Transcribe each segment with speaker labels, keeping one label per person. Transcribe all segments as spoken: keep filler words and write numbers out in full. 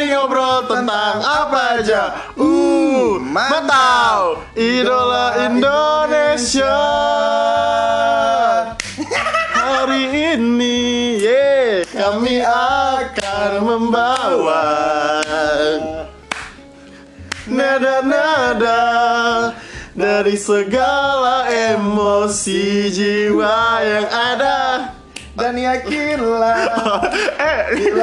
Speaker 1: Mari ngobrol tentang apa aja. Uh, mantap. Idola Indonesia. Hari ini, yeah, kami akan membawa nada-nada dari segala emosi jiwa yang ada.
Speaker 2: Dan yakinlah
Speaker 1: Eh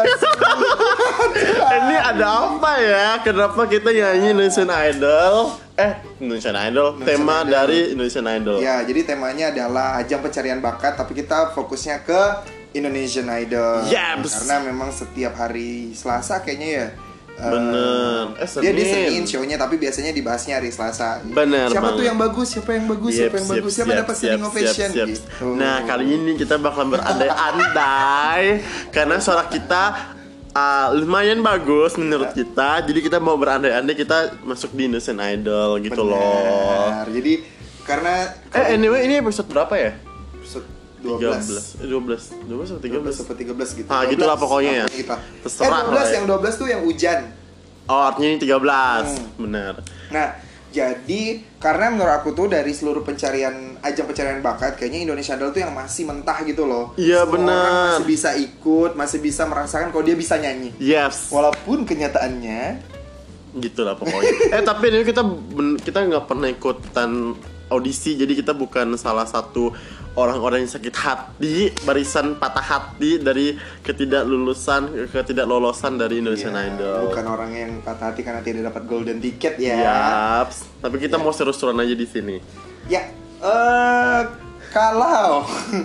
Speaker 1: ini ada apa ya? Kenapa kita nyanyi Indonesian Idol? Eh Indonesian Idol Indonesian Tema Idol. Dari Indonesian Idol.
Speaker 2: Ya jadi temanya adalah ajang pencarian bakat, tapi kita fokusnya ke Indonesian Idol.
Speaker 1: Yes.
Speaker 2: Karena memang setiap hari Selasa kayaknya ya.
Speaker 1: Bener.
Speaker 2: Eh, dia di Senin show-nya, tapi biasanya dibahasnya hari Selasa.
Speaker 1: Bener.
Speaker 2: Siapa
Speaker 1: banget.
Speaker 2: tuh yang bagus? Siapa yang bagus?
Speaker 1: Yep,
Speaker 2: siapa yang
Speaker 1: siap,
Speaker 2: bagus? Siapa
Speaker 1: siap,
Speaker 2: dapat
Speaker 1: siap,
Speaker 2: standing ovation?
Speaker 1: siap, siap.
Speaker 2: Gitu.
Speaker 1: Nah kali ini kita bakal berandai-andai karena suara kita uh, lumayan bagus menurut kita. Jadi kita mau berandai-andai kita masuk di Indonesian Idol gitu.
Speaker 2: Bener.
Speaker 1: Loh.
Speaker 2: Jadi karena
Speaker 1: Eh anyway ini episode berapa ya?
Speaker 2: episode
Speaker 1: dua belas Eh dua belas dua belas atau tiga belas
Speaker 2: atau tiga belas gitu.
Speaker 1: Ah gitulah pokoknya ya.
Speaker 2: Kita.
Speaker 1: Terserah
Speaker 2: eh dua belas
Speaker 1: lah ya.
Speaker 2: yang dua belas tuh yang hujan.
Speaker 1: Oh artinya ini tiga belas
Speaker 2: Hmm.
Speaker 1: Benar.
Speaker 2: Nah, jadi karena menurut aku tuh dari seluruh pencarian ajang pencarian bakat, kayaknya Indonesia Idol tuh yang masih mentah gitu loh.
Speaker 1: Iya,
Speaker 2: Semua
Speaker 1: benar.
Speaker 2: orang masih bisa ikut, masih bisa merasakan kalau dia bisa nyanyi.
Speaker 1: Yes.
Speaker 2: Walaupun kenyataannya
Speaker 1: Gitulah pokoknya. eh tapi ini kita ben- kita nggak pernah ikutan audisi, jadi kita bukan salah satu orang-orang yang sakit hati, barisan patah hati dari ketidaklulusan, ketidaklolosan dari Indonesian
Speaker 2: ya,
Speaker 1: Idol.
Speaker 2: bukan orang yang patah hati karena tidak dapat golden ticket ya.
Speaker 1: Yaps. Tapi kita
Speaker 2: Ya.
Speaker 1: mau seru-seruan aja di sini.
Speaker 2: Ya, eh kalau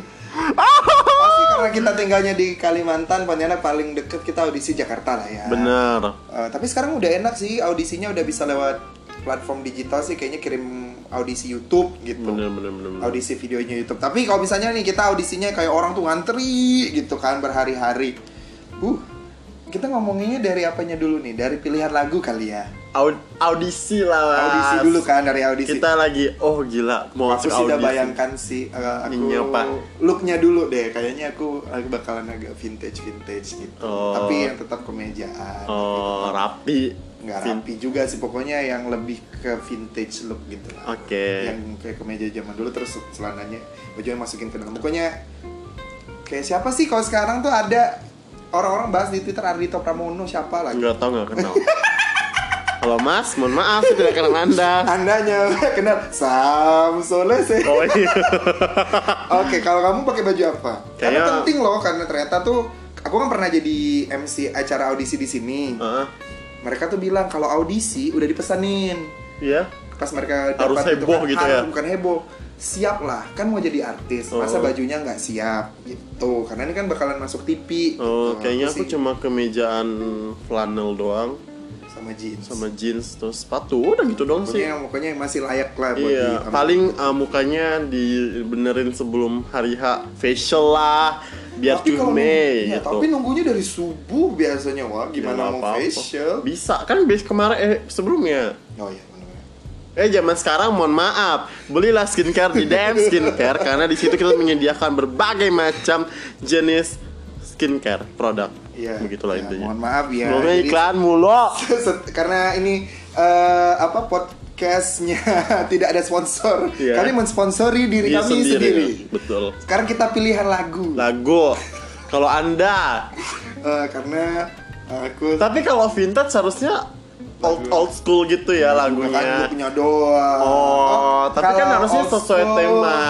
Speaker 2: pasti karena kita tinggalnya di Kalimantan, Pontianak paling deket kita audisi Jakarta lah ya.
Speaker 1: Bener.
Speaker 2: Eh, tapi sekarang udah enak sih, audisinya udah bisa lewat platform digital sih, kayaknya kirim audisi YouTube gitu.
Speaker 1: Bener bener bener. bener.
Speaker 2: Audisi videonya YouTube. Tapi kalau misalnya nih kita audisinya kayak orang tuh ngantri gitu kan berhari-hari. Uh, kita ngomonginnya dari apanya dulu nih? Dari pilihan lagu kali ya.
Speaker 1: Aud- audisi lah. Mas.
Speaker 2: Audisi dulu kan, dari audisi.
Speaker 1: Kita lagi oh gila mau
Speaker 2: Aku
Speaker 1: masuk
Speaker 2: sudah
Speaker 1: audisi.
Speaker 2: bayangkan sih uh, aku
Speaker 1: Ini apa?
Speaker 2: looknya dulu deh. Kayaknya aku, aku bakalan agak vintage vintage gitu.
Speaker 1: Oh.
Speaker 2: Tapi yang tetap kemejaan.
Speaker 1: Oh, rapi.
Speaker 2: Nggak
Speaker 1: Vin-
Speaker 2: rapi juga sih, pokoknya yang lebih ke vintage look gitu lah.
Speaker 1: Oke.
Speaker 2: Yang kayak kemeja zaman dulu, terus celananya bajunya masukin ke dalam. Pokoknya kayak siapa sih kalau sekarang tuh ada orang-orang bahas di Twitter Ardhito Pramono, siapa lagi?
Speaker 1: Enggak tahu, enggak kenal. Halo Mas, mohon maaf saya tidak kenal Anda.
Speaker 2: Andanya kenal Sam Solese.
Speaker 1: Oh iya.
Speaker 2: Oke, kalau kamu pakai baju apa? Karena
Speaker 1: Kayaknya-
Speaker 2: penting loh, karena ternyata tuh aku kan pernah jadi M C acara audisi di sini.
Speaker 1: Heeh.
Speaker 2: Mereka tuh bilang kalau audisi udah dipesanin.
Speaker 1: Iya.
Speaker 2: Pas mereka
Speaker 1: Harus
Speaker 2: dapat itu
Speaker 1: heboh
Speaker 2: kan,
Speaker 1: gitu
Speaker 2: harus,
Speaker 1: ya?
Speaker 2: bukan heboh, siap lah, kan mau jadi artis, masa
Speaker 1: Oh.
Speaker 2: bajunya nggak siap gitu, karena ini kan bakalan masuk T V.
Speaker 1: Oh,
Speaker 2: gitu.
Speaker 1: kayaknya aku
Speaker 2: sih
Speaker 1: cuma kemejaan flannel doang
Speaker 2: sama jeans,
Speaker 1: sama jeans terus sepatu udah gitu dong sih.
Speaker 2: pokoknya pokoknya yang masih layak lah buat
Speaker 1: Iya,
Speaker 2: di-
Speaker 1: paling uh, mukanya dibenerin sebelum hari H, facial lah biar
Speaker 2: tapi kalau
Speaker 1: cume
Speaker 2: ya,
Speaker 1: gitu.
Speaker 2: tapi nunggunya dari subuh biasanya, wah
Speaker 1: Ya,
Speaker 2: gimana
Speaker 1: nggak
Speaker 2: mau
Speaker 1: apa-apa.
Speaker 2: facial?
Speaker 1: Bisa kan base kemarin eh sebelumnya.
Speaker 2: Oh iya benar.
Speaker 1: Eh zaman sekarang mohon maaf, belilah skincare di D M Skincare karena di situ kita menyediakan berbagai macam jenis skincare produk.
Speaker 2: Iya.
Speaker 1: Begitulah
Speaker 2: ya,
Speaker 1: intinya.
Speaker 2: mohon maaf ya.
Speaker 1: Semoga
Speaker 2: Jadi-
Speaker 1: iklan mulu.
Speaker 2: karena ini eh, apa podcastnya tidak ada sponsor,
Speaker 1: Iya.
Speaker 2: kami mensponsori diri
Speaker 1: Iya,
Speaker 2: kami sendiri.
Speaker 1: Betul.
Speaker 2: Sekarang kita pilihan lagu.
Speaker 1: Lagu. Kalau Anda,
Speaker 2: Eh, karena aku
Speaker 1: tapi kalau vintage harusnya old old school gitu ya
Speaker 2: bukan
Speaker 1: lagunya.
Speaker 2: punya doang.
Speaker 1: Oh, tapi kan
Speaker 2: kalau
Speaker 1: harusnya
Speaker 2: old
Speaker 1: sesuai
Speaker 2: school,
Speaker 1: tema.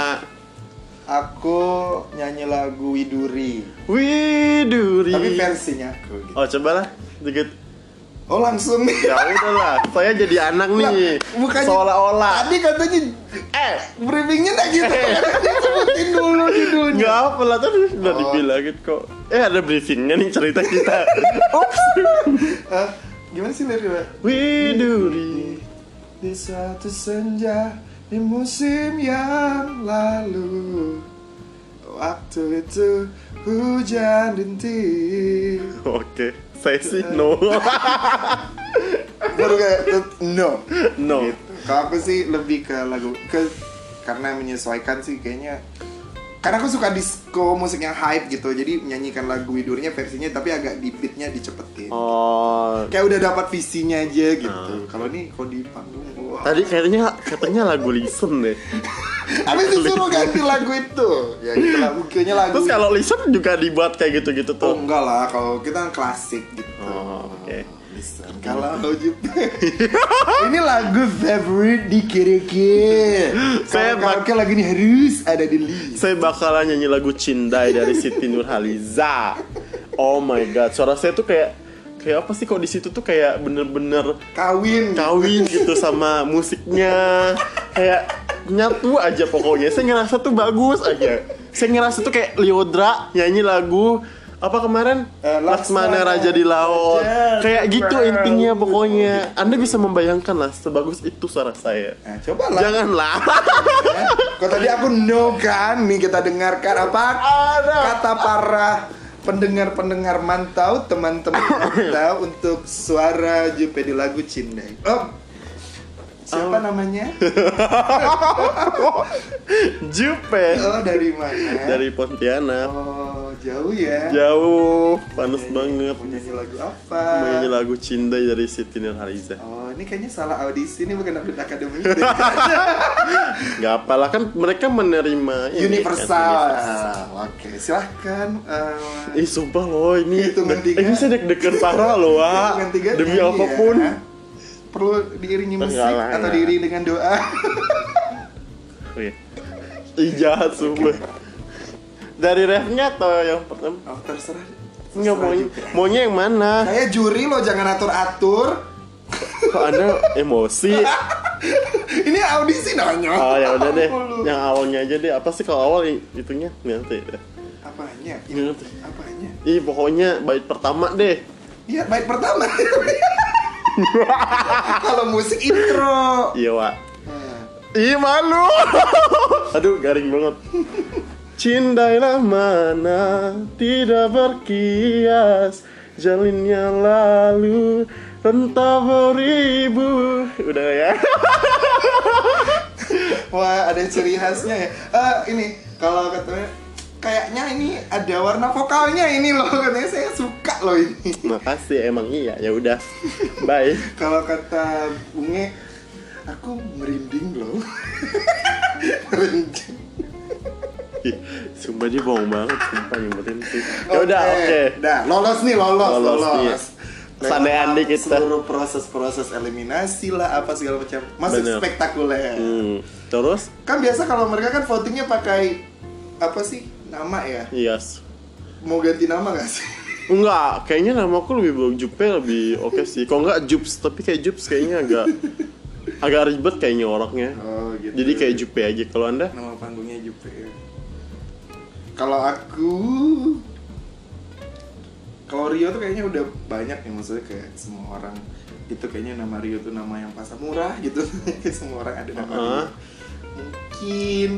Speaker 2: Aku nyanyi lagu Widuri,
Speaker 1: Widuri.
Speaker 2: tapi versinya aku. Gitu.
Speaker 1: Oh, cobalah dikit.
Speaker 2: Oh langsung nih.
Speaker 1: Ya udahlah, saya jadi anak nih.
Speaker 2: Bukannya-
Speaker 1: Seolah-olah.
Speaker 2: Tadi katanya
Speaker 1: Eh,
Speaker 2: briefingnya tak gitu. Katanya sebutin dulu judulnya.
Speaker 1: nggak apa lah tadi udah
Speaker 2: Oh.
Speaker 1: dibilangin kok. Eh ada briefingnya nih cerita kita. Ups.
Speaker 2: Eh, gimana sih liriknya?
Speaker 1: Widuri.
Speaker 2: Di suatu senja di musim yang lalu, waktu itu hujan rintik.
Speaker 1: Oke, saya sih no.
Speaker 2: Baru kayak no.
Speaker 1: No.
Speaker 2: Gitu. Kalau aku sih lebih ke lagu ke karena menyesuaikan sih kayaknya karena aku suka disco, musik yang hype gitu. Jadi menyanyikan lagu Widurnya versinya tapi agak di beatnya dicepetin.
Speaker 1: Oh.
Speaker 2: Kayak udah dapat visinya aja gitu. Hmm. Kalau ini kalau di panggung, wow.
Speaker 1: Tadi katanya katanya lagu Listen deh.
Speaker 2: Habis disuruh ganti lagu itu. Ya gitu lah, mungkinnya lagu.
Speaker 1: Terus kalau Listen juga dibuat kayak gitu-gitu tuh.
Speaker 2: Oh enggak lah, kalau kita kan klasik gitu.
Speaker 1: Oh, oke. Okay.
Speaker 2: Listen. Kalau Jupe. Ini lagu favorite di Kiriki. Saya bakal lagu ini harus ada di list.
Speaker 1: Saya bakalan nyanyi lagu Cindai dari Siti Nurhaliza. Oh my god, suara saya tuh kayak kayak apa sih kok di situ tuh kayak bener-bener
Speaker 2: kawin
Speaker 1: kawin gitu sama musiknya, kayak nyatu aja pokoknya. Saya ngerasa tuh bagus aja. Saya ngerasa tuh kayak Lyodra nyanyi lagu apa kemarin uh, Laksmana Raja di Laut, Raja, kayak gitu intinya pokoknya. Anda bisa membayangkan lah sebagus itu suara saya.
Speaker 2: Nah, cobalah.
Speaker 1: Janganlah.
Speaker 2: Kok tadi aku no kan nih, kita dengarkan apa kata para pendengar-pendengar mantau, teman-teman mantau untuk suara Jupe di lagu Cindai. Oh, siapa oh. namanya?
Speaker 1: Jupe.
Speaker 2: Oh, dari mana?
Speaker 1: Dari Pontianak.
Speaker 2: Oh, jauh ya?
Speaker 1: Jauh, panas
Speaker 2: mau
Speaker 1: banget.
Speaker 2: Mau nyanyi lagu apa?
Speaker 1: Mau nyanyi lagu Cindai dari Siti Nurhaliza.
Speaker 2: Oh, ini kayaknya salah audisi, ini bukan update akademi.
Speaker 1: Gak apalah, kan mereka menerima ini,
Speaker 2: universal. Kan, universal. Oke, silahkan. Uh,
Speaker 1: Ih, sumpah loh, ini
Speaker 2: hitungan tiga.
Speaker 1: Ini saya deg-degan parah loh, Wak. Demi apapun.
Speaker 2: Ya. Perlu diiringi musik
Speaker 1: Enggak,
Speaker 2: atau
Speaker 1: enggak.
Speaker 2: diiringi dengan doa?
Speaker 1: Oh iya. Ih, jahat sumpah. Dari refnya atau yang pertama?
Speaker 2: Oh, terserah.
Speaker 1: Enggak, maunya, maunya yang mana?
Speaker 2: Saya juri loh, jangan atur-atur.
Speaker 1: Kok Anda emosi?
Speaker 2: Ini audisi nanya.
Speaker 1: Oh ya udah deh, yang awalnya aja deh. Apa sih kalau awal itunya? Nanti deh.
Speaker 2: Apanya?
Speaker 1: Nanti.
Speaker 2: Apanya?
Speaker 1: Ih, pokoknya bait pertama deh.
Speaker 2: Iya, bait pertama. Kalau musik intro.
Speaker 1: Iya, Wak. Hmm. Ih, malu. Aduh, garing banget. Cindailah mana tidak berkias, jalinnya lalu rentah beribu. Udah ya.
Speaker 2: Wah, ada ciri khasnya ya. Uh, ini kalau katanya kayaknya ini ada warna vokalnya ini loh, katanya saya suka loh ini.
Speaker 1: Makasih, emang iya. Ya udah. Bye.
Speaker 2: Kalau kata Bunge, aku merinding loh. Merinding.
Speaker 1: Sumpah dia bohong banget, sumpah nyebutin sih. Ya udah, oke. Okay.
Speaker 2: Dah, lolos nih, lolos, lolos. lolos.
Speaker 1: Seandainya kita
Speaker 2: seluruh proses-proses eliminasi lah, apa segala macam. Masih
Speaker 1: bener.
Speaker 2: Spektakuler.
Speaker 1: Hmm. Terus?
Speaker 2: Kan biasa kalau mereka kan votingnya pakai apa sih? Nama ya?
Speaker 1: Yes.
Speaker 2: Mau ganti nama gak sih?
Speaker 1: Enggak, kayaknya nama aku lebih bagus, Jupe lebih oke okay sih. Kalau enggak Jups, tapi kayak Jups kayaknya agak agak ribet kayaknya orangnya.
Speaker 2: Oh, gitu.
Speaker 1: Jadi kayak Jupe aja. Kalau Anda?
Speaker 2: Nama panggungnya Jupe. Kalau aku, kalau Rio tuh kayaknya udah banyak ya, maksudnya kayak semua orang itu kayaknya nama Rio tuh nama yang pasar murah gitu. Semua orang ada nama
Speaker 1: uh-huh.
Speaker 2: Rio. Mungkin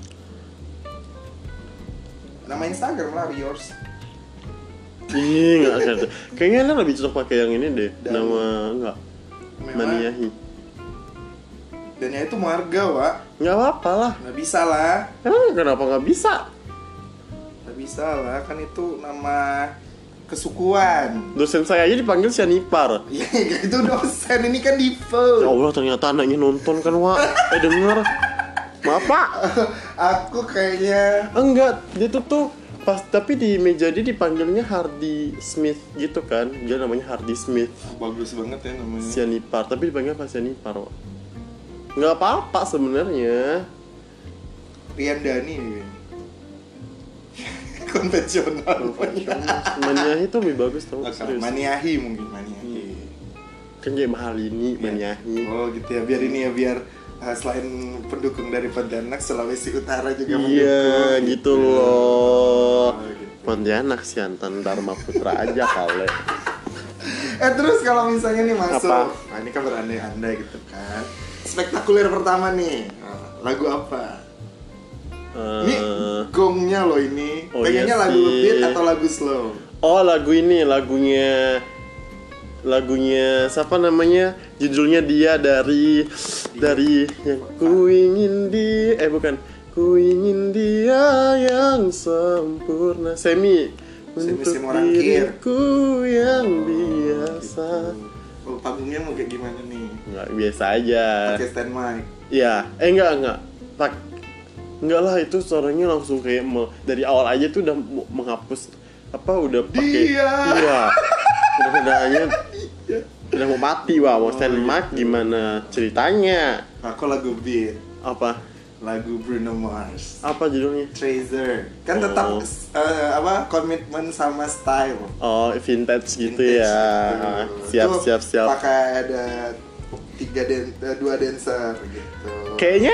Speaker 2: nama Instagram lah, yours.
Speaker 1: Ih, enggak ada. Kayaknya Anda lebih cocok pakai yang ini deh.
Speaker 2: Dan
Speaker 1: nama enggak. Maniahi.
Speaker 2: Dan ya itu marga, Wak.
Speaker 1: Enggak apa-apa lah.
Speaker 2: Nggak bisa lah.
Speaker 1: Emang kenapa nggak bisa?
Speaker 2: Nggak bisa lah, kan itu nama kesukuan.
Speaker 1: Dosen saya aja dipanggil Sianipar.
Speaker 2: Iya, itu dosen, ini kan default.
Speaker 1: Ya Allah, ternyata anaknya nonton kan, Wak. Eh, denger. Maaf, Pak.
Speaker 2: Aku kayaknya
Speaker 1: enggak, dia tuh tuh pas tapi di meja dia dipanggilnya Hardy Smith gitu kan. Dia namanya Hardy Smith.
Speaker 2: bagus banget ya namanya.
Speaker 1: Sianipar, tapi dipanggil pas Sianipar, Wak. Enggak apa-apa sebenarnya.
Speaker 2: Rian Dani nih. Konvensional.
Speaker 1: Maniahi tuh lebih bagus tau.
Speaker 2: Okay, Maniahi mungkin Maniahi.
Speaker 1: Kan kayak mahal ini Maniahi.
Speaker 2: Oh gitu ya, biar ini ya biar uh, selain pendukung dari Pontianak, Sulawesi Utara juga mendukung.
Speaker 1: Iya gitu loh.
Speaker 2: Oh, gitu.
Speaker 1: Pontianak Siantan Dharma Putra aja kali.
Speaker 2: Eh terus kalau misalnya nih masuk,
Speaker 1: apa?
Speaker 2: Nah, ini kan berandai-andai gitu kan. Spektakuler pertama nih, lagu apa?
Speaker 1: Uh,
Speaker 2: ini gongnya loh ini.
Speaker 1: Oh
Speaker 2: pengennya
Speaker 1: iya
Speaker 2: lagu
Speaker 1: sih.
Speaker 2: beat atau lagu slow?
Speaker 1: Oh lagu ini lagunya lagunya siapa namanya? Judulnya Dia dari dari yang ku ingin di eh bukan ku ingin dia yang yang sempurna. Semi untuk
Speaker 2: Semi orang kir.
Speaker 1: diriku yang biasa.
Speaker 2: Oh, panggungnya mau kayak gimana nih?
Speaker 1: Enggak, biasa aja.
Speaker 2: Pakai stand mic.
Speaker 1: Iya, eh enggak enggak. Tak enggak lah, itu suaranya langsung kayak me- dari awal aja tuh udah mau menghapus apa udah pakai
Speaker 2: Dia.
Speaker 1: iya. Udah udah hanya udah mau mati wah, mau stand mic gimana ceritanya?
Speaker 2: Aku lagu beat,
Speaker 1: Apa?
Speaker 2: lagu Bruno Mars.
Speaker 1: Apa judulnya?
Speaker 2: Treasure. Kan tetap
Speaker 1: Oh.
Speaker 2: eh, apa? Komitmen sama style.
Speaker 1: Oh, vintage gitu
Speaker 2: Vintage
Speaker 1: ya.
Speaker 2: gitu.
Speaker 1: Siap
Speaker 2: Itu
Speaker 1: siap siap.
Speaker 2: Pakai ada tiga dan eh, dua dancer gitu.
Speaker 1: Kayaknya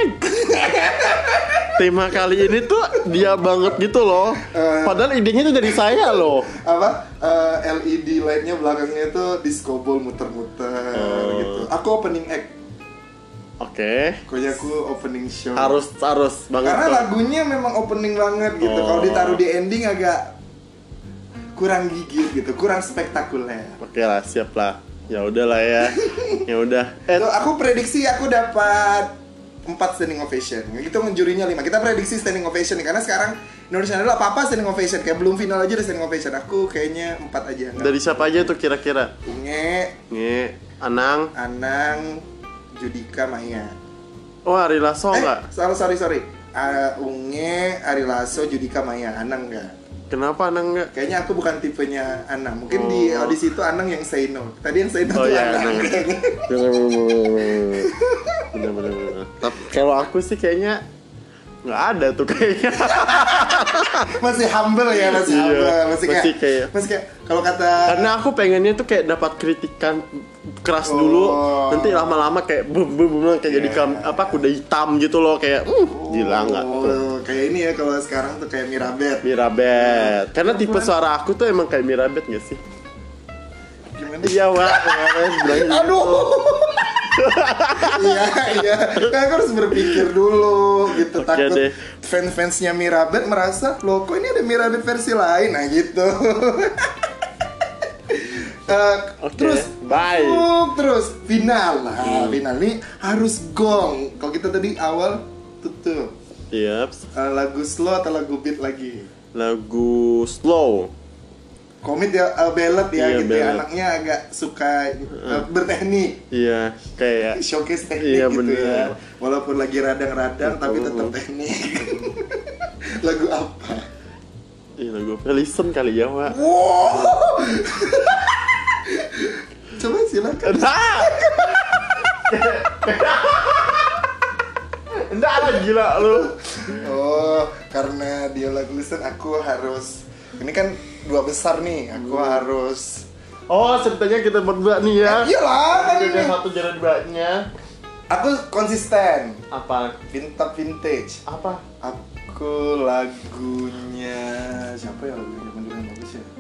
Speaker 1: tema kali ini tuh dia banget gitu loh.
Speaker 2: Eh.
Speaker 1: Padahal idenya tuh dari saya loh.
Speaker 2: Apa eh, L E D lightnya belakangnya tuh disco ball muter-muter
Speaker 1: Oh.
Speaker 2: gitu. Aku opening act,
Speaker 1: Oke.
Speaker 2: pokoknya aku opening show.
Speaker 1: Harus harus banget
Speaker 2: Karena
Speaker 1: tuh.
Speaker 2: lagunya memang opening banget gitu.
Speaker 1: Oh.
Speaker 2: Kalau ditaruh di ending agak kurang gigit gitu, kurang spektakuler.
Speaker 1: Oke lah, siap lah. Ya udah lah ya. Ya udah. Eh,
Speaker 2: Tuh, aku prediksi aku dapat empat standing ovation. Gitu jurinya lima. Kita prediksi standing ovation nih karena sekarang Indonesia adalah apa-apa standing ovation. Kayak belum final aja udah standing ovation. Aku kayaknya empat aja. Nggak-
Speaker 1: dari siapa aja tuh kira-kira?
Speaker 2: Unge,
Speaker 1: Nge, Anang.
Speaker 2: Anang, Judika, Maya.
Speaker 1: Oh, Ari Lasso
Speaker 2: Eh,
Speaker 1: enggak?
Speaker 2: sorry sorry sorry. Uh, Unge, Ari Lasso, Judika, Maya. Anang enggak?
Speaker 1: Kenapa Anang enggak?
Speaker 2: Kayaknya aku bukan tipenya Anang. Mungkin
Speaker 1: Oh.
Speaker 2: di audisi itu Anang yang say no. Tadi yang say no
Speaker 1: Oh
Speaker 2: tuh
Speaker 1: iya,
Speaker 2: Anang.
Speaker 1: Anang. Bener bener bener. Tapi kalau aku sih kayaknya nggak ada tuh kayaknya.
Speaker 2: Masih humble ya, masih
Speaker 1: Iya,
Speaker 2: humble. Masih kayak,
Speaker 1: masih kayak-
Speaker 2: masih kayak kalau kata
Speaker 1: Karena aku pengennya tuh kayak dapat kritikan keras
Speaker 2: Oh.
Speaker 1: dulu, nanti lama-lama kayak bum bum bum kayak jadi
Speaker 2: Yeah.
Speaker 1: kam, apa kuda hitam gitu loh kayak uh, gila nggak tuh.
Speaker 2: Oh, kayak ini ya kalau sekarang tuh kayak Mirabet.
Speaker 1: Mirabet. Karena tipe suara aku tuh emang kayak Mirabet gak sih?
Speaker 2: Gimana?
Speaker 1: Iya, Wak. Kemarin bilang gitu.
Speaker 2: Aduh. Iya, iya. Kan aku harus berpikir dulu gitu.
Speaker 1: Oke
Speaker 2: Takut
Speaker 1: deh.
Speaker 2: fans-fansnya Mirabet merasa, loh kok ini ada Mirabet versi lain, nah gitu. Eh,
Speaker 1: Oke,
Speaker 2: terus,
Speaker 1: bye.
Speaker 2: uh, terus final lah. Final ini harus gong. Kalau kita tadi awal tutup.
Speaker 1: Yep.
Speaker 2: Eh, lagu slow atau lagu beat lagi?
Speaker 1: Lagu slow.
Speaker 2: Komit ya, uh, ballad ya
Speaker 1: Iya,
Speaker 2: gitu ya.
Speaker 1: ballad.
Speaker 2: Anaknya agak suka uh, berteknik.
Speaker 1: Iya, kayak
Speaker 2: Showcase teknik
Speaker 1: Iya,
Speaker 2: gitu
Speaker 1: bener.
Speaker 2: ya. Walaupun lagi radang-radang tapi tetap teknik. Lagu apa?
Speaker 1: Ih, lagu apa? Listen kali ya, Wak.
Speaker 2: Wow. Coba silakan.
Speaker 1: Nah. Enggak lah, gila lu.
Speaker 2: Oh, karena dia lagu listen aku harus. Ini kan dua besar nih, aku harus.
Speaker 1: Oh, ceritanya kita berdua nih ya.
Speaker 2: Iyalah, kan
Speaker 1: Jadi
Speaker 2: ini.
Speaker 1: satu jadi duanya.
Speaker 2: Aku konsisten.
Speaker 1: Apa?
Speaker 2: Vintage vintage.
Speaker 1: Apa?
Speaker 2: Aku lagunya siapa ya lagunya zaman dulu yang bagus ya?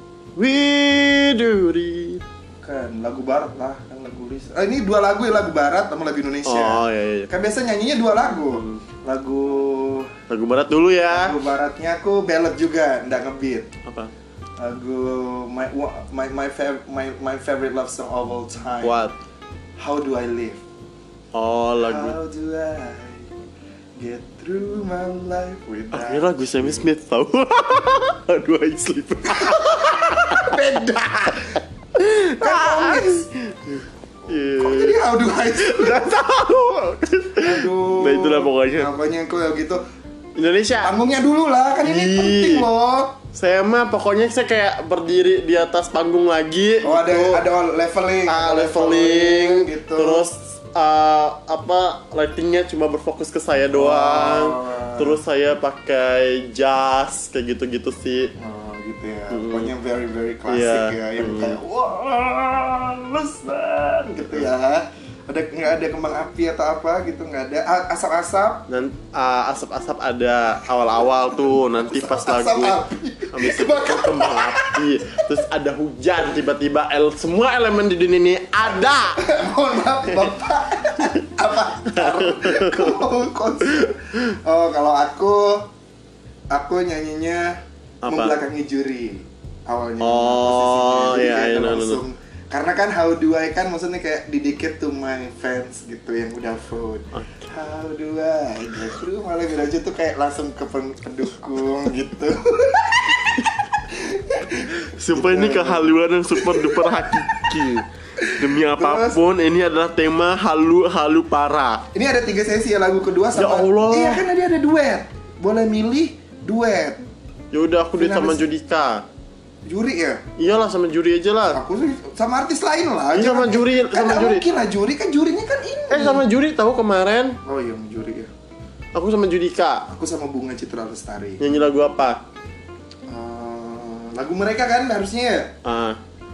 Speaker 1: Widuri.
Speaker 2: Kan lagu barat lah, kan lagu list. Ah, ini dua lagu ya, lagu barat sama lagu Indonesia.
Speaker 1: Oh, iya iya.
Speaker 2: Kan biasa nyanyinya dua lagu. Lagu
Speaker 1: Lagu barat dulu ya.
Speaker 2: lagu baratnya aku ballad juga, ndak ngebeat.
Speaker 1: Apa?
Speaker 2: Lagu my wa- my my fav- my my favorite love song of all time.
Speaker 1: What?
Speaker 2: How do I live?
Speaker 1: Oh, lagu.
Speaker 2: How do I get through my life without
Speaker 1: Akhirnya lagu Sam Smith tau. Aduh, I sleep.
Speaker 2: beda. Kan komis.
Speaker 1: Iya.
Speaker 2: Kok jadi how do I
Speaker 1: Gak tahu.
Speaker 2: Aduh.
Speaker 1: Nah, itulah pokoknya.
Speaker 2: Pokoknya aku gitu.
Speaker 1: Indonesia.
Speaker 2: Panggungnya dulu lah, kan ini
Speaker 1: Ih.
Speaker 2: penting loh.
Speaker 1: Saya mah pokoknya saya kayak berdiri di atas panggung lagi.
Speaker 2: Oh ada
Speaker 1: gitu.
Speaker 2: ada leveling,
Speaker 1: Ah,
Speaker 2: ada
Speaker 1: leveling,
Speaker 2: gitu.
Speaker 1: terus uh, apa lightingnya cuma berfokus ke saya doang.
Speaker 2: Oh.
Speaker 1: Terus saya pakai jas kayak gitu-gitu sih.
Speaker 2: Oh gitu ya. Pokoknya very very klasik
Speaker 1: Iya.
Speaker 2: ya, yang
Speaker 1: Hmm.
Speaker 2: kayak wah lesan gitu ya. Ada nggak ada kembang api atau apa gitu, nggak ada. A- asap-asap.
Speaker 1: Dan uh, asap-asap ada awal-awal tuh, nanti pas
Speaker 2: Asap
Speaker 1: lagu
Speaker 2: api.
Speaker 1: habis itu kembang api, terus ada hujan tiba-tiba el semua elemen di dunia ini ada.
Speaker 2: Mohon maaf bapak. Apa? Kok mau konser? Oh kalau aku aku nyanyinya
Speaker 1: Apa?
Speaker 2: membelakangi juri awalnya.
Speaker 1: Oh,
Speaker 2: posisinya. Jadi
Speaker 1: iya,
Speaker 2: kayak
Speaker 1: iya, no, no, no.
Speaker 2: langsung Karena kan How Do I kan maksudnya kayak dedicated to my fans gitu yang udah vote. Okay. How do I get through malah bilang tuh kayak langsung ke pendukung gitu.
Speaker 1: Sumpah ini kehaluan yang super duper hakiki. Demi apapun, terus, ini adalah tema halu-halu parah.
Speaker 2: Ini ada tiga sesi ya, lagu kedua sama.
Speaker 1: Ya Allah.
Speaker 2: Iya kan tadi ada duet. Boleh milih duet.
Speaker 1: Ya udah aku duet sama Judika.
Speaker 2: Juri ya?
Speaker 1: Iyalah sama juri aja lah.
Speaker 2: Aku sih sama artis lain lah.
Speaker 1: Iya sama juri,
Speaker 2: kan
Speaker 1: sama juri.
Speaker 2: Mungkin lah juri kan jurinya kan ini.
Speaker 1: Eh sama juri tahu kemarin?
Speaker 2: Oh iya juri ya.
Speaker 1: Aku sama Judika.
Speaker 2: Aku sama Bunga Citra Lestari.
Speaker 1: Nyanyi lagu apa?
Speaker 2: Uh, lagu mereka kan harusnya ya?
Speaker 1: Ah.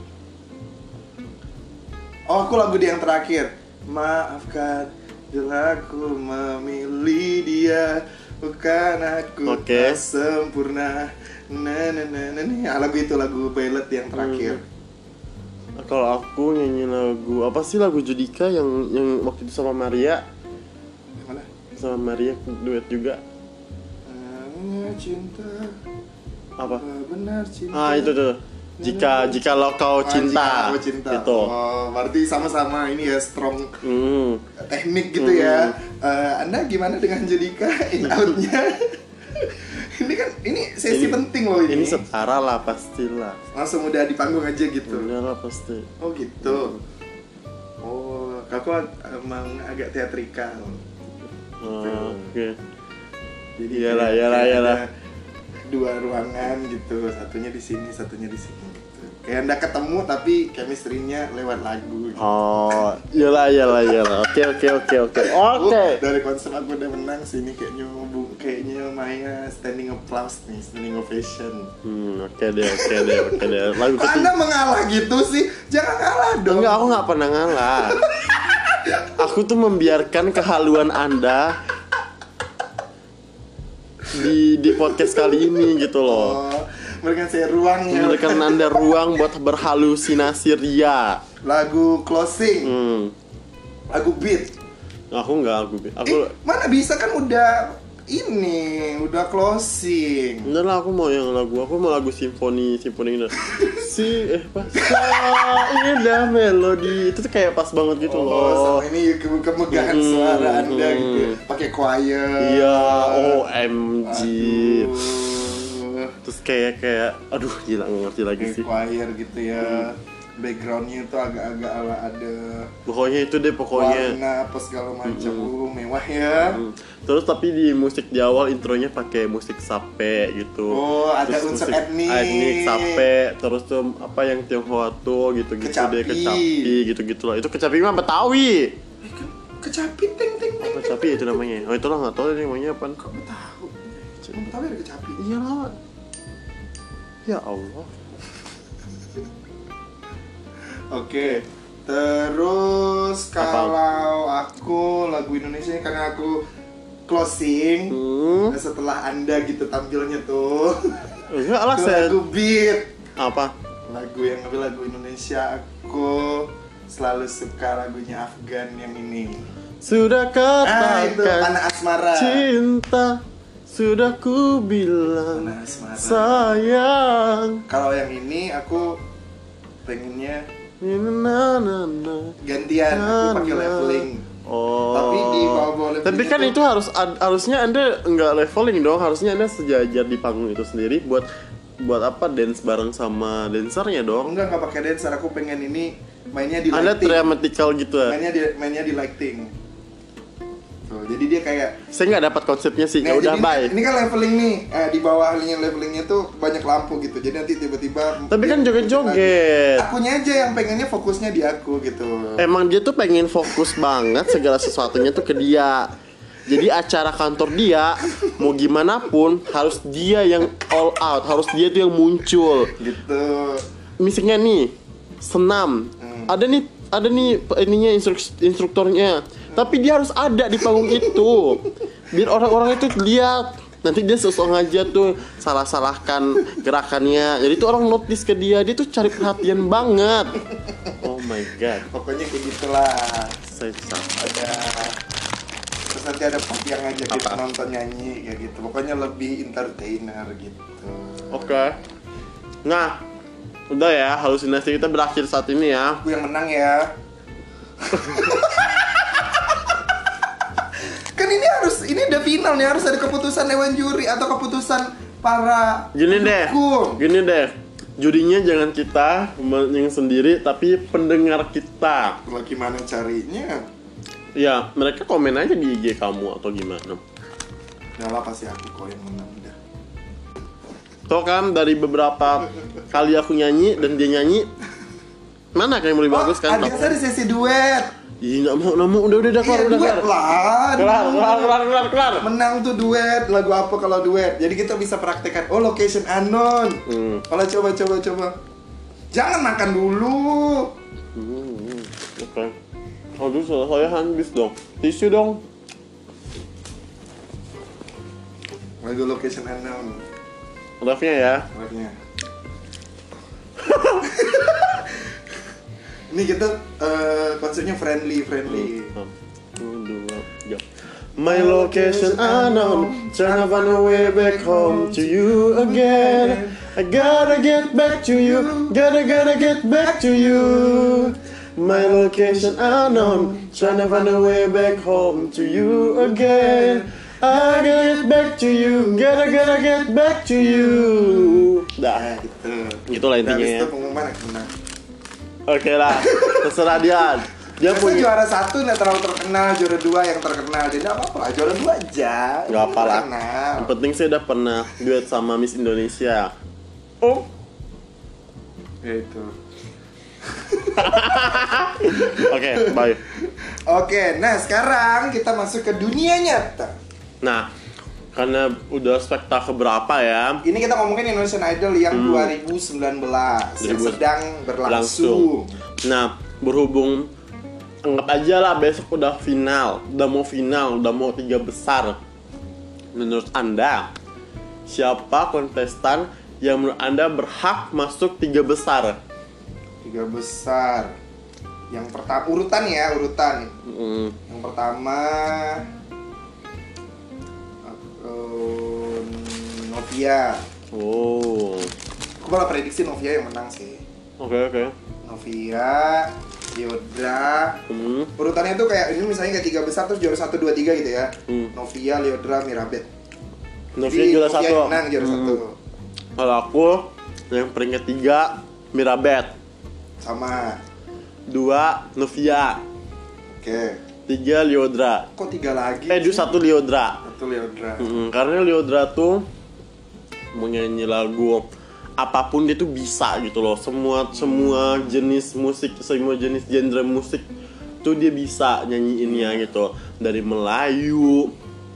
Speaker 2: Oh aku lagu dia yang terakhir. Maafkan bila aku memilih dia, bukan aku
Speaker 1: okay.
Speaker 2: tak sempurna. Nah, nah, nah, nah, nah. Lagu itu lagu ballad yang terakhir.
Speaker 1: Hmm. Kalau aku nyanyi lagu apa sih lagu Judika yang yang waktu itu sama Maria?
Speaker 2: Yang mana?
Speaker 1: Sama Maria duet juga.
Speaker 2: Hanya cinta.
Speaker 1: Apa?
Speaker 2: Benar cinta.
Speaker 1: Ah itu tuh. Jika jika lo kau cinta.
Speaker 2: Ah, jika kau cinta.
Speaker 1: Gitu.
Speaker 2: Oh, berarti sama-sama ini ya strong
Speaker 1: hmm.
Speaker 2: teknik gitu
Speaker 1: hmm.
Speaker 2: ya. Uh, anda gimana dengan Judika in out-nya? Ini kan ini sesi
Speaker 1: ini,
Speaker 2: penting loh ini.
Speaker 1: Ini setara lah pastilah.
Speaker 2: Langsung udah di panggung aja gitu.
Speaker 1: Udah lah pasti.
Speaker 2: Oh gitu. Hmm. Oh, aku emang agak teatrikal.
Speaker 1: Oh, oke. Okay.
Speaker 2: Jadi
Speaker 1: iyalah, iyalah, iyalah.
Speaker 2: Dua ruangan gitu, satunya di sini, satunya di sini gitu. Kayak anda ketemu tapi chemistry-nya lewat lagu gitu.
Speaker 1: Oh, iyalah, iyalah, iyalah. Oke, oke, oke, oke. Oke.
Speaker 2: Dari konsep aku udah menang sini kayaknya kayaknya Maya standing applause nih, standing ovation.
Speaker 1: Hmm, oke okay deh, oke okay deh, oke okay deh. Lagu
Speaker 2: ketiga. Anda mengalah gitu sih? Jangan kalah dong.
Speaker 1: Enggak, aku nggak pernah ngalah. Aku tuh membiarkan kehaluan Anda di di podcast kali ini gitu loh.
Speaker 2: Oh, memberikan saya ruang ya.
Speaker 1: Memberikan Anda ruang buat berhalusinasi ria.
Speaker 2: Lagu closing.
Speaker 1: Hmm.
Speaker 2: Lagu beat.
Speaker 1: Aku nggak, aku aku
Speaker 2: eh, mana bisa kan udah ini udah closing.
Speaker 1: Udah lah, aku mau yang lagu, aku mau lagu simfoni, simfoni ini. Si eh pas indah melodi itu tuh kayak pas banget gitu
Speaker 2: oh,
Speaker 1: loh.
Speaker 2: Sama ini ke kemegahan hmm, suara Anda hmm. gitu, pakai choir.
Speaker 1: Iya, O M G.
Speaker 2: Aduh.
Speaker 1: Terus kayak kayak, aduh gila nggak ngerti lagi
Speaker 2: kayak
Speaker 1: sih.
Speaker 2: Choir gitu ya.
Speaker 1: Hmm.
Speaker 2: Backgroundnya tuh agak-agak ala ada.
Speaker 1: Pokoknya itu deh pokoknya.
Speaker 2: Warna apa segala macam, mm-hmm. uh, mewah ya. Mm-hmm.
Speaker 1: Terus tapi di musik di awal intronya pakai musik sape gitu.
Speaker 2: Oh, ada
Speaker 1: terus
Speaker 2: unsur
Speaker 1: musik
Speaker 2: etnik.
Speaker 1: Etnik sape, terus tuh apa yang Tionghoa tuh gitu-gitu
Speaker 2: kecapi.
Speaker 1: deh, kecapi gitu-gitu lah. Itu kecapi mah Betawi.
Speaker 2: Eh, kecapi ting ting ting.
Speaker 1: Oh, kecapi itu namanya. Oh, itu lah enggak tahu namanya apa.
Speaker 2: Kok tahu? Cuma Betawi ada kecapi.
Speaker 1: Iya lah. Ya Allah.
Speaker 2: Oke, terus kalau aku lagu Indonesia karena aku closing hmm. setelah Anda gitu tampilnya tuh.
Speaker 1: Enggak lah, saya
Speaker 2: lagu beat.
Speaker 1: Apa?
Speaker 2: Lagu yang lebih lagu Indonesia aku selalu suka lagunya Afgan yang ini.
Speaker 1: Sudah katakan
Speaker 2: ah, itu Panah Asmara.
Speaker 1: Cinta sudah ku bilang sayang.
Speaker 2: Kalau yang ini aku pengennya
Speaker 1: na, na, na,
Speaker 2: gantian
Speaker 1: na,
Speaker 2: aku pakai leveling.
Speaker 1: Oh.
Speaker 2: Tapi di bawah leveling.
Speaker 1: Tapi kan itu, itu harus ad, harusnya Anda enggak leveling dong. Harusnya Anda sejajar di panggung itu sendiri buat buat apa dance bareng sama dancernya dong.
Speaker 2: Enggak, enggak pakai dancer. Aku pengen ini mainnya di lighting.
Speaker 1: Anda dramatical gitu ya.
Speaker 2: Mainnya di mainnya di lighting. Tuh, jadi dia kayak
Speaker 1: saya nggak dapat konsepnya sih.
Speaker 2: Nah,
Speaker 1: udah bye.
Speaker 2: Ini kan leveling nih. Eh, di bawah levelingnya levelingnya tuh banyak lampu gitu. Jadi nanti tiba-tiba.
Speaker 1: Tapi kan joget-joget.
Speaker 2: Akunya aja yang pengennya fokusnya di aku gitu.
Speaker 1: Emang dia tuh pengen fokus banget segala sesuatunya tuh ke dia. Jadi acara kantor dia mau gimana pun harus dia yang all out, harus dia tuh yang muncul.
Speaker 2: Gitu.
Speaker 1: Misalnya nih senam, hmm. ada nih ada nih ininya instruk- instrukturnya. Tapi dia harus ada di panggung itu biar orang-orang itu lihat. Nanti dia sosok aja tuh salah-salahkan gerakannya. Jadi tuh orang notice ke dia. Dia tuh cari perhatian banget. Oh my god.
Speaker 2: Pokoknya kayak gitulah.
Speaker 1: Saya
Speaker 2: ada. Terus nanti ada part yang ngajakin penonton nyanyi kayak gitu. Pokoknya lebih entertainer gitu.
Speaker 1: Oke okay. Nah Udah ya, halusinasi kita berakhir saat ini ya.
Speaker 2: Aku yang menang ya. Kan ini harus, ini udah final nih, harus ada keputusan dewan juri atau keputusan para
Speaker 1: Gini deh,
Speaker 2: pendukung.
Speaker 1: gini deh. Jurinya jangan kita yang sendiri, tapi pendengar kita.
Speaker 2: Lah gimana carinya?
Speaker 1: Ya, mereka komen aja di I G kamu atau gimana.
Speaker 2: Udah lah, pasti aku kok yang menang udah.
Speaker 1: Tuh kan dari beberapa kali aku nyanyi dan dia nyanyi, mana yang lebih bagus kan?
Speaker 2: Ada saya di sesi duet.
Speaker 1: Ih, nggak mau, nggak mau, udah udah udah kelar,
Speaker 2: Iya,
Speaker 1: udah
Speaker 2: duet
Speaker 1: kelar.
Speaker 2: lah.
Speaker 1: Kelar, kelar, kelar, kelar, kelar.
Speaker 2: Menang tuh duet. Lagu apa kalau duet? Jadi kita bisa praktekkan. Oh, location unknown.
Speaker 1: Hmm.
Speaker 2: Kalau coba coba coba. Jangan makan dulu.
Speaker 1: Hmm, oke. Okay. Aduh, saya habis dong. Tisu dong.
Speaker 2: Lagu location unknown.
Speaker 1: Refnya ya.
Speaker 2: Refnya. Ini kita uh, konsepnya friendly, friendly.
Speaker 1: Satu, dua, tiga. My location unknown, trying to find a way back home to you again. I gotta get back to you, gotta gotta get back to you. My location unknown, trying to find a way back home to you again. I gotta get back to you, gotta gotta get back to you. Dah,
Speaker 2: Nah, gitu.
Speaker 1: Itulah intinya.
Speaker 2: Habis
Speaker 1: Ya.
Speaker 2: itu pengumuman aku menang.
Speaker 1: Oke lah, terserah dia. Dia
Speaker 2: Biasa
Speaker 1: punya.
Speaker 2: juara satu nggak terlalu terkenal, juara dua yang terkenal. Jadi nggak apa-apa, juara dua aja.
Speaker 1: Gak apa lah.
Speaker 2: Terkenal.
Speaker 1: Yang penting saya udah pernah duet sama Miss Indonesia. Oh,
Speaker 2: Ya itu.
Speaker 1: oke, bye.
Speaker 2: Oke, nah sekarang kita masuk ke dunia nyata.
Speaker 1: Nah, karena udah spektakel berapa ya?
Speaker 2: Ini kita ngomongin Indonesian Idol yang
Speaker 1: Hmm.
Speaker 2: dua ribu sembilan belas yang
Speaker 1: dua ribu
Speaker 2: sedang berlangsung.
Speaker 1: Nah, berhubung anggap aja lah besok udah final, udah mau final, udah mau tiga besar. Menurut Anda, siapa kontestan yang menurut Anda berhak masuk tiga besar?
Speaker 2: Tiga besar. Yang pertama urutan ya, urutan.
Speaker 1: Hmm.
Speaker 2: Yang pertama akun Novia.
Speaker 1: Oh,
Speaker 2: Aku malah prediksi Novia yang menang sih.
Speaker 1: oke oke.
Speaker 2: Novia, Lyodra.
Speaker 1: Hmm.
Speaker 2: Urutannya tuh kayak ini misalnya kayak tiga besar terus juara satu dua tiga gitu ya.
Speaker 1: Hmm.
Speaker 2: Novia, Lyodra, Mirabet.
Speaker 1: Novia
Speaker 2: Jadi,
Speaker 1: juara
Speaker 2: Novia
Speaker 1: satu.
Speaker 2: yang menang juara
Speaker 1: Hmm.
Speaker 2: satu.
Speaker 1: Kalau aku yang peringkat tiga Mirabet,
Speaker 2: Sama.
Speaker 1: dua Novia,
Speaker 2: Oke.
Speaker 1: tiga Lyodra.
Speaker 2: Kok tiga lagi?
Speaker 1: Eh, dua satu Lyodra.
Speaker 2: Satu Lyodra.
Speaker 1: Mm-mm, karena Lyodra tuh mau nyanyi lagu apapun dia tuh bisa gitu loh. Semua semua jenis musik, semua jenis genre musik tuh dia bisa nyanyiinnya gitu. Dari Melayu,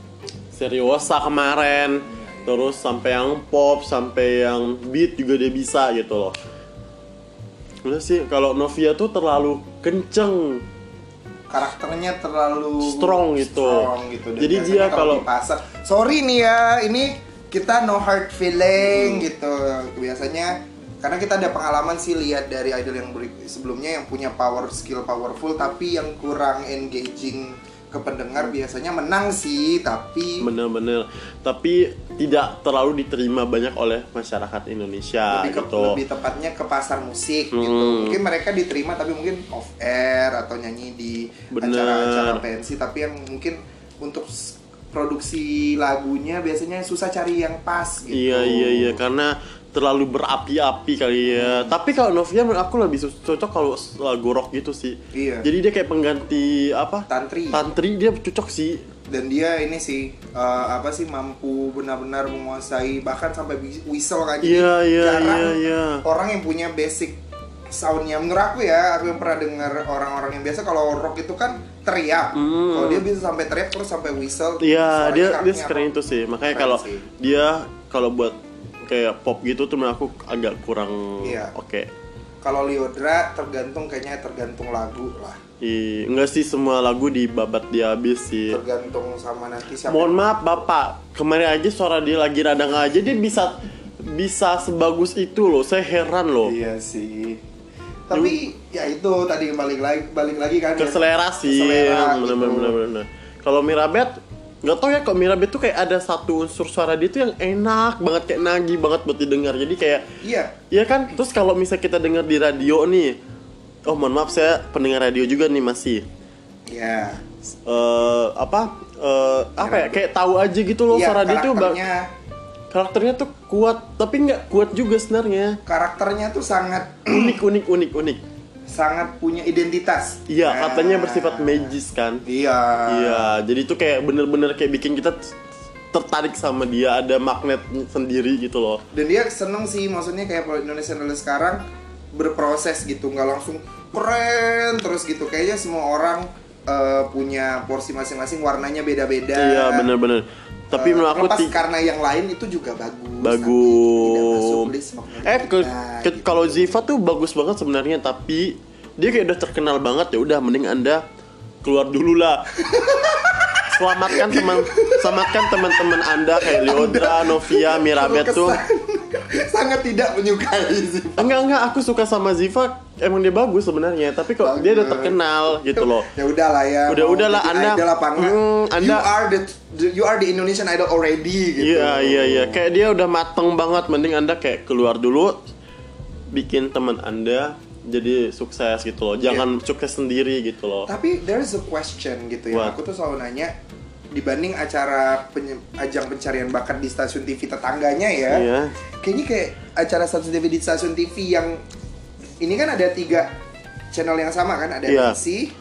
Speaker 1: Seriosa kemarin, terus sampai yang pop, sampai yang beat juga dia bisa gitu loh. Udah sih, kalau Novia tuh terlalu kenceng,
Speaker 2: Karakternya terlalu
Speaker 1: strong gitu.
Speaker 2: strong gitu. Dan
Speaker 1: Jadi
Speaker 2: biasanya
Speaker 1: dia kalau
Speaker 2: di pasar, sorry nih ya, ini kita no hard feeling
Speaker 1: Hmm.
Speaker 2: gitu. Biasanya karena kita ada pengalaman sih lihat dari idol yang beri- sebelumnya yang punya power skill powerful tapi yang kurang engaging ke pendengar biasanya menang sih, tapi
Speaker 1: bener-bener, tapi tidak terlalu diterima banyak oleh masyarakat Indonesia
Speaker 2: lebih, ke,
Speaker 1: gitu.
Speaker 2: lebih tepatnya ke pasar musik gitu.
Speaker 1: Hmm.
Speaker 2: Mungkin mereka diterima tapi mungkin off air atau nyanyi di
Speaker 1: Bener.
Speaker 2: acara-acara pensi, tapi yang mungkin untuk s- produksi lagunya biasanya susah cari yang pas gitu.
Speaker 1: Iya iya iya, karena terlalu berapi-api kali ya.
Speaker 2: Hmm.
Speaker 1: Tapi kalau Novia menurut aku lebih su- cocok kalau lagu rock gitu sih.
Speaker 2: Iya.
Speaker 1: Jadi dia kayak pengganti apa?
Speaker 2: Tantri.
Speaker 1: Tantri dia cocok sih.
Speaker 2: Dan dia ini sih eh, apa sih mampu benar-benar menguasai bahkan sampai bis- whistle kan. Jadi
Speaker 1: Iya iya
Speaker 2: jarang
Speaker 1: iya iya.
Speaker 2: orang yang punya basic soundnya, menurut aku ya, aku yang pernah dengar orang-orang yang biasa kalau rock itu kan teriak.
Speaker 1: Hmm.
Speaker 2: Kalau dia bisa sampai teriak terus sampai whistle.
Speaker 1: Iya,
Speaker 2: suaranya
Speaker 1: dia dia
Speaker 2: karakternya
Speaker 1: sekeren
Speaker 2: rock.
Speaker 1: itu sih. Makanya
Speaker 2: Keren
Speaker 1: kalau
Speaker 2: sih.
Speaker 1: dia kalau buat kayak pop gitu tuh menurut aku agak kurang
Speaker 2: Iya.
Speaker 1: oke.
Speaker 2: Kalau Lyodra tergantung, kayaknya tergantung lagu lah.
Speaker 1: Ih, enggak sih semua lagu dibabat dia habis sih.
Speaker 2: Tergantung sama nanti siapa.
Speaker 1: Mohon maaf Bapak, kemarin aja suara dia lagi rada nggak aja dia bisa bisa sebagus itu loh. Saya heran loh.
Speaker 2: Iya sih. Tapi ya itu tadi balik lagi balik lagi kan
Speaker 1: Ke
Speaker 2: ya.
Speaker 1: selera sih.
Speaker 2: Ke selera,
Speaker 1: Bener,
Speaker 2: gitu.
Speaker 1: bener, bener, bener. Kalau Mirabet nggak tahu ya kok Mirabe tuh kayak ada satu unsur suara dia tuh yang enak banget, kayak nagih banget buat didengar. Jadi kayak
Speaker 2: Iya.
Speaker 1: iya kan. Terus kalau misalnya kita dengar di radio nih, oh mohon maaf saya pendengar radio juga nih masih.
Speaker 2: Iya.
Speaker 1: Eh apa eh apa ya, kayak tahu aja gitu loh
Speaker 2: Iya,
Speaker 1: suara dia tuh ba-
Speaker 2: karakternya
Speaker 1: karakternya tuh kuat, tapi nggak kuat juga sebenarnya.
Speaker 2: karakternya tuh sangat
Speaker 1: Unik unik unik unik.
Speaker 2: sangat punya identitas.
Speaker 1: Iya,
Speaker 2: Nah,
Speaker 1: katanya bersifat magis kan.
Speaker 2: Iya.
Speaker 1: Iya, jadi itu kayak bener-bener kayak bikin kita t- tertarik sama dia, ada magnet sendiri gitu loh.
Speaker 2: Dan dia seneng sih, maksudnya kayak kalau Indonesian Idol sekarang berproses gitu, nggak langsung keren terus gitu. Kayaknya semua orang eh, punya porsi masing-masing, warnanya beda-beda.
Speaker 1: Iya, bener-bener. Tapi
Speaker 2: Eh,
Speaker 1: menurut aku
Speaker 2: terlepas
Speaker 1: ti-
Speaker 2: karena yang lain itu juga bagus.
Speaker 1: bagus.
Speaker 2: Tapi tidak masuk list favorit
Speaker 1: Eh, ke,
Speaker 2: kita,
Speaker 1: ke,
Speaker 2: gitu.
Speaker 1: kalau Ziva tuh bagus banget sebenarnya, tapi dia kayak udah terkenal banget, ya udah mending Anda keluar dulu lah. Selamatkan teman, selamatkan teman-teman Anda kayak Leodra, Novia, Mirabet tuh.
Speaker 2: Sangat tidak menyukai sih.
Speaker 1: Enggak enggak, aku suka sama Ziva, emang dia bagus sebenarnya, tapi kok dia udah terkenal gitu loh.
Speaker 2: Ya udahlah ya.
Speaker 1: Udah-
Speaker 2: mau
Speaker 1: udahlah,
Speaker 2: bikin
Speaker 1: Anda-
Speaker 2: idol apa enggak,
Speaker 1: Hmm, Anda-
Speaker 2: you are the you are the Indonesian Idol already gitu.
Speaker 1: Iya iya iya, kayak dia udah mateng banget, mending Anda kayak keluar dulu, bikin teman Anda jadi sukses gitu loh. Jangan sukses sendiri gitu loh.
Speaker 2: Tapi there is a question gitu ya.
Speaker 1: What?
Speaker 2: Aku tuh selalu nanya, dibanding acara penye- ajang pencarian bakat di stasiun T V tetangganya ya.
Speaker 1: Iya.
Speaker 2: Kayaknya kayak acara stasiun T V di stasiun T V yang ini kan ada tiga channel yang sama kan, ada
Speaker 1: Iya.
Speaker 2: M N C,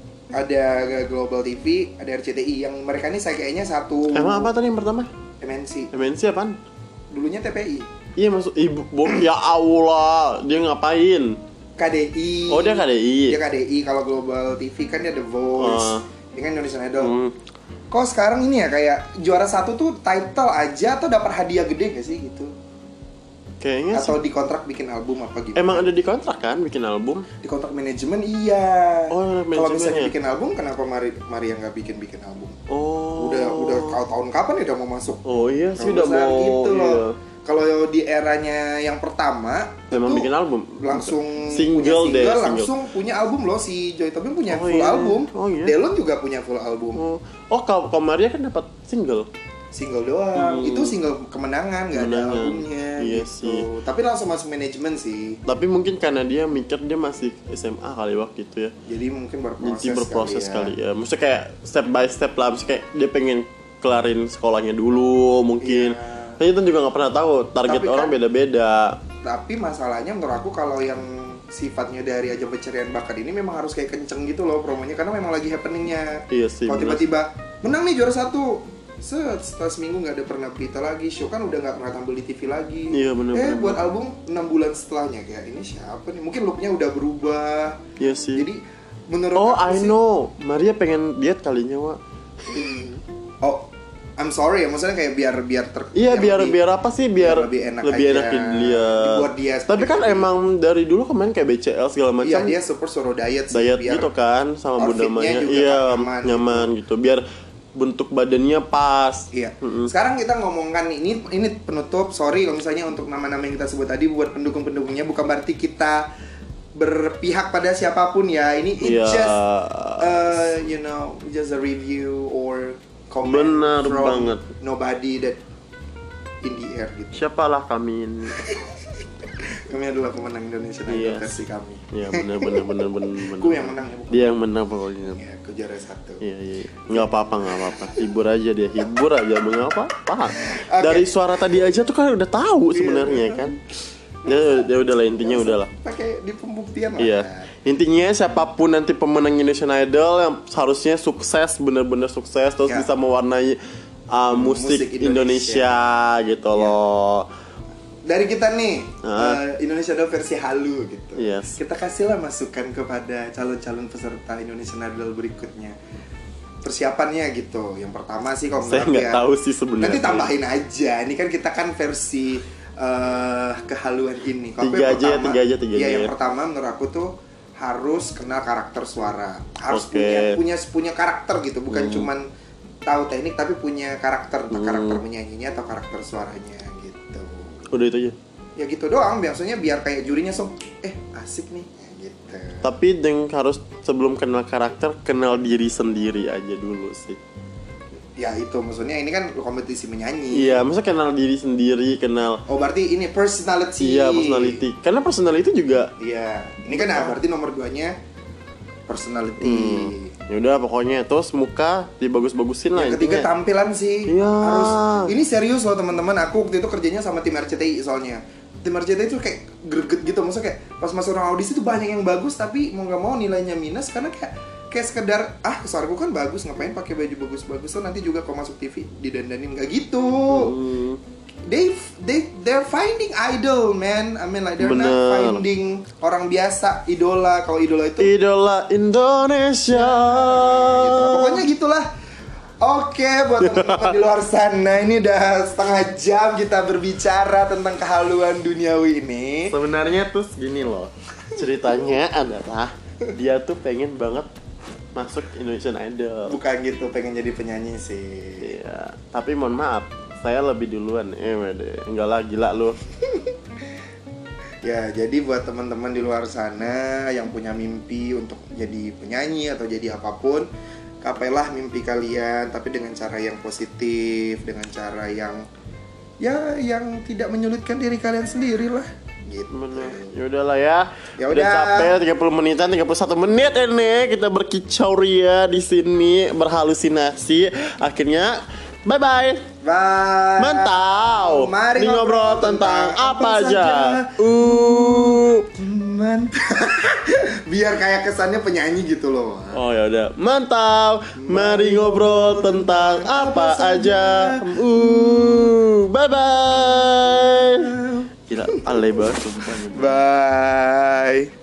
Speaker 2: ada Global T V, ada R C T I, yang mereka ini saya kayaknya satu
Speaker 1: Emang apa tadi yang pertama?
Speaker 2: M N C.
Speaker 1: M N C apaan?
Speaker 2: Dulunya T P I,
Speaker 1: Iya maksud ibu bo, ya Allah, dia ngapain?
Speaker 2: K D I.
Speaker 1: Oh, dia K D I.
Speaker 2: Dia K D I. Kalau Global T V kan dia The Voice.
Speaker 1: Ah.
Speaker 2: Dia kan Indonesian Idol.
Speaker 1: Hmm.
Speaker 2: Kok sekarang ini ya kayak juara satu tuh title aja atau dapat hadiah gede gak sih gitu?
Speaker 1: Kayaknya sih.
Speaker 2: Atau di kontrak bikin album apa gitu?
Speaker 1: Emang ada di kontrak kan bikin album?
Speaker 2: Di kontrak manajemen iya.
Speaker 1: Oh, kontrak
Speaker 2: Kalau
Speaker 1: manajemen
Speaker 2: misalnya
Speaker 1: ya?
Speaker 2: bikin album, kenapa Mari Mari yang nggak bikin bikin album?
Speaker 1: Oh.
Speaker 2: Udah udah kau tahun kapan ya udah mau masuk?
Speaker 1: Oh iya sih
Speaker 2: Kalau
Speaker 1: udah
Speaker 2: besar
Speaker 1: mau
Speaker 2: gitu
Speaker 1: iya.
Speaker 2: loh. Kalau di eranya yang pertama
Speaker 1: Emang
Speaker 2: itu
Speaker 1: bikin album?
Speaker 2: langsung
Speaker 1: Single
Speaker 2: punya
Speaker 1: deh,
Speaker 2: single,
Speaker 1: single.
Speaker 2: langsung punya album loh. Si Joy Tobing punya
Speaker 1: Oh,
Speaker 2: full
Speaker 1: iya.
Speaker 2: album.
Speaker 1: Oh, iya.
Speaker 2: Delon juga punya full album.
Speaker 1: Oh, oh kalau kalau Maria kan dapat single.
Speaker 2: Single doang.
Speaker 1: Hmm.
Speaker 2: Itu single kemenangan, nggak ada
Speaker 1: Kemenangan.
Speaker 2: albumnya
Speaker 1: Iya
Speaker 2: gitu.
Speaker 1: sih.
Speaker 2: Tapi langsung masuk manajemen sih.
Speaker 1: Tapi mungkin karena dia mikir dia masih S M A kali waktu itu ya.
Speaker 2: Jadi mungkin berproses,
Speaker 1: Jadi berproses
Speaker 2: kali
Speaker 1: kali
Speaker 2: ya.
Speaker 1: ya. Maksudnya kayak step by step lah. Maksudnya kayak dia pengen kelarin sekolahnya dulu mungkin.
Speaker 2: Iya.
Speaker 1: Tapi itu juga nggak pernah tahu. Target
Speaker 2: Tapi
Speaker 1: orang
Speaker 2: kan-
Speaker 1: beda-beda.
Speaker 2: Tapi masalahnya menurut aku kalau yang sifatnya dari ajang pencarian bakat ini memang harus kayak kenceng gitu loh promonya, karena memang lagi happeningnya.
Speaker 1: Iya sih.
Speaker 2: Kalau
Speaker 1: benar.
Speaker 2: tiba-tiba menang nih juara satu, set setelah seminggu nggak ada pernah berita lagi, show kan udah nggak pernah tampil di T V lagi.
Speaker 1: Iya, benar,
Speaker 2: Eh
Speaker 1: benar,
Speaker 2: buat
Speaker 1: benar.
Speaker 2: album enam bulan setelahnya, kayak ini siapa nih? Mungkin looknya udah berubah.
Speaker 1: Iya sih.
Speaker 2: Jadi menurut
Speaker 1: Oh,
Speaker 2: aku
Speaker 1: I
Speaker 2: sih,
Speaker 1: know. Maria pengen diet kalinya, Wak.
Speaker 2: oh I'm sorry ya, maksudnya kayak biar biar ter
Speaker 1: Iya, biar
Speaker 2: lebih-
Speaker 1: biar apa sih? Biar,
Speaker 2: lebih enak
Speaker 1: lebih
Speaker 2: aja.
Speaker 1: enak dia.
Speaker 2: Dibuat dia
Speaker 1: Tapi kan
Speaker 2: seperti-
Speaker 1: emang dari dulu kemarin kayak B C L segala
Speaker 2: Iya
Speaker 1: macam.
Speaker 2: dia super suruh diet sih,
Speaker 1: diet
Speaker 2: biar
Speaker 1: gitu kan sama bunda
Speaker 2: outfitnya
Speaker 1: mamanya.
Speaker 2: juga
Speaker 1: Iya,
Speaker 2: nyaman
Speaker 1: nyaman, gitu. Biar bentuk badannya pas.
Speaker 2: Iya.
Speaker 1: Mm-mm.
Speaker 2: Sekarang kita ngomongkan ini ini penutup. Sorry kalau misalnya untuk nama-nama yang kita sebut tadi buat pendukung-pendukungnya, bukan berarti kita berpihak pada siapapun ya. Ini it
Speaker 1: Iya.
Speaker 2: just uh, you know just a review or comment
Speaker 1: Benar
Speaker 2: from
Speaker 1: banget.
Speaker 2: nobody that in the air gitu.
Speaker 1: Siapalah kami ini.
Speaker 2: Kami adalah pemenang Indonesia Idol
Speaker 1: Yes.
Speaker 2: versi kami.
Speaker 1: Iya, benar benar benar benar benar.
Speaker 2: Gue yang menang ya, bukan?
Speaker 1: Dia yang menang pokoknya.
Speaker 2: Ya, ke juara satu.
Speaker 1: Iya, iya. Nggak apa-apa, nggak apa-apa. Hibur aja dia, hibur aja, mengapa? Paham.
Speaker 2: Oke.
Speaker 1: Dari suara tadi aja tuh kan udah tahu sebenarnya kan. Ya, ya udahlah, intinya udahlah.
Speaker 2: Pakai di pembuktian lah.
Speaker 1: Iya. Intinya siapapun nanti pemenang Indonesian Idol yang harusnya sukses, bener-bener sukses, terus
Speaker 2: Ya.
Speaker 1: bisa mewarnai uh, musik,
Speaker 2: Musik
Speaker 1: Indonesia.
Speaker 2: Indonesia.
Speaker 1: gitu
Speaker 2: Ya.
Speaker 1: loh.
Speaker 2: Dari kita nih,
Speaker 1: Ah.
Speaker 2: eh, Indonesia Idol versi halu gitu.
Speaker 1: Yes.
Speaker 2: Kita kasihlah masukan kepada calon-calon peserta Indonesian Idol berikutnya. Persiapannya gitu. Yang pertama sih kalau
Speaker 1: Saya
Speaker 2: menurut
Speaker 1: nggak
Speaker 2: ya,
Speaker 1: tahu sih sebenarnya.
Speaker 2: nanti tambahin aja. Ini kan kita kan versi eh, kehaluan ini. Kalau
Speaker 1: Tiga
Speaker 2: yang
Speaker 1: aja ya, tiga aja, tiga
Speaker 2: Iya,
Speaker 1: aja
Speaker 2: yang
Speaker 1: ya.
Speaker 2: pertama menurut aku tuh harus kenal karakter suara. Harus
Speaker 1: Oke.
Speaker 2: punya punya punya karakter gitu, bukan
Speaker 1: Hmm.
Speaker 2: cuman tahu teknik tapi punya karakter, entah
Speaker 1: Hmm.
Speaker 2: karakter menyanyinya atau karakter suaranya gitu.
Speaker 1: Udah itu aja.
Speaker 2: Ya gitu doang, biasanya biar kayak jurinya so, eh asik nih, ya gitu.
Speaker 1: Tapi dengan harus sebelum kenal karakter, kenal diri sendiri aja dulu sih.
Speaker 2: Ya itu maksudnya ini kan kompetisi menyanyi.
Speaker 1: Iya, masa kenal diri sendiri, kenal.
Speaker 2: Oh berarti ini personality.
Speaker 1: Iya, personality. Karena personality juga.
Speaker 2: Iya, ini kan ah, berarti nomor duanya personality.
Speaker 1: Hmm. Ya udah pokoknya terus muka dibagus-bagusin lah.
Speaker 2: Yang ketiga
Speaker 1: intinya.
Speaker 2: tampilan sih.
Speaker 1: Iya.
Speaker 2: Harus. Ini serius loh teman-teman. Aku waktu itu kerjanya sama tim R C T I soalnya. Tim R C T I itu kayak greget gitu, maksudnya kayak pas masuk orang audisi tuh banyak yang bagus tapi mau nggak mau nilainya minus karena kayak kayak sekedar ah suaraku kan bagus ngapain pakai baju bagus-bagus tuh nanti juga kalau masuk T V didandanin nggak gitu.
Speaker 1: Hmm.
Speaker 2: They they they're finding idol man. I mean like they're
Speaker 1: Bener.
Speaker 2: not finding orang biasa idola. Kalau idola itu
Speaker 1: Idola Indonesia.
Speaker 2: gitu. Pokoknya gitulah. Oke buat teman-teman di luar sana, ini udah setengah jam kita berbicara tentang kehaluan duniawi ini.
Speaker 1: Sebenarnya tuh gini loh. Ceritanya adalah dia tuh pengen banget masuk Indonesian Idol.
Speaker 2: Bukan gitu, pengen jadi penyanyi sih.
Speaker 1: Iya, tapi mohon maaf, saya lebih duluan. Eh, wede, enggak lah gila lu.
Speaker 2: Ya, jadi buat teman-teman di luar sana yang punya mimpi untuk jadi penyanyi atau jadi apapun, kapailah mimpi kalian, tapi dengan cara yang positif, dengan cara yang ya yang tidak menyulitkan diri kalian sendiri lah. Gitu.
Speaker 1: Bener. Ya udahlah ya.
Speaker 2: Ya
Speaker 1: udah
Speaker 2: udah.
Speaker 1: capek tiga puluh menitan, tiga puluh satu menit ini kita berkicau ria di sini, berhalusinasi. Akhirnya bye bye.
Speaker 2: Bye.
Speaker 1: Mantau.
Speaker 2: Mari
Speaker 1: Ini ngobrol tentang apa aja.
Speaker 2: saja.
Speaker 1: Uh.
Speaker 2: Teman. Biar kayak kesannya penyanyi gitu loh.
Speaker 1: Oh ya udah. Mantap. Mari ngobrol tentang apa aja. Uh. Bye bye. Gila, alay banget sumpah.
Speaker 2: Bye.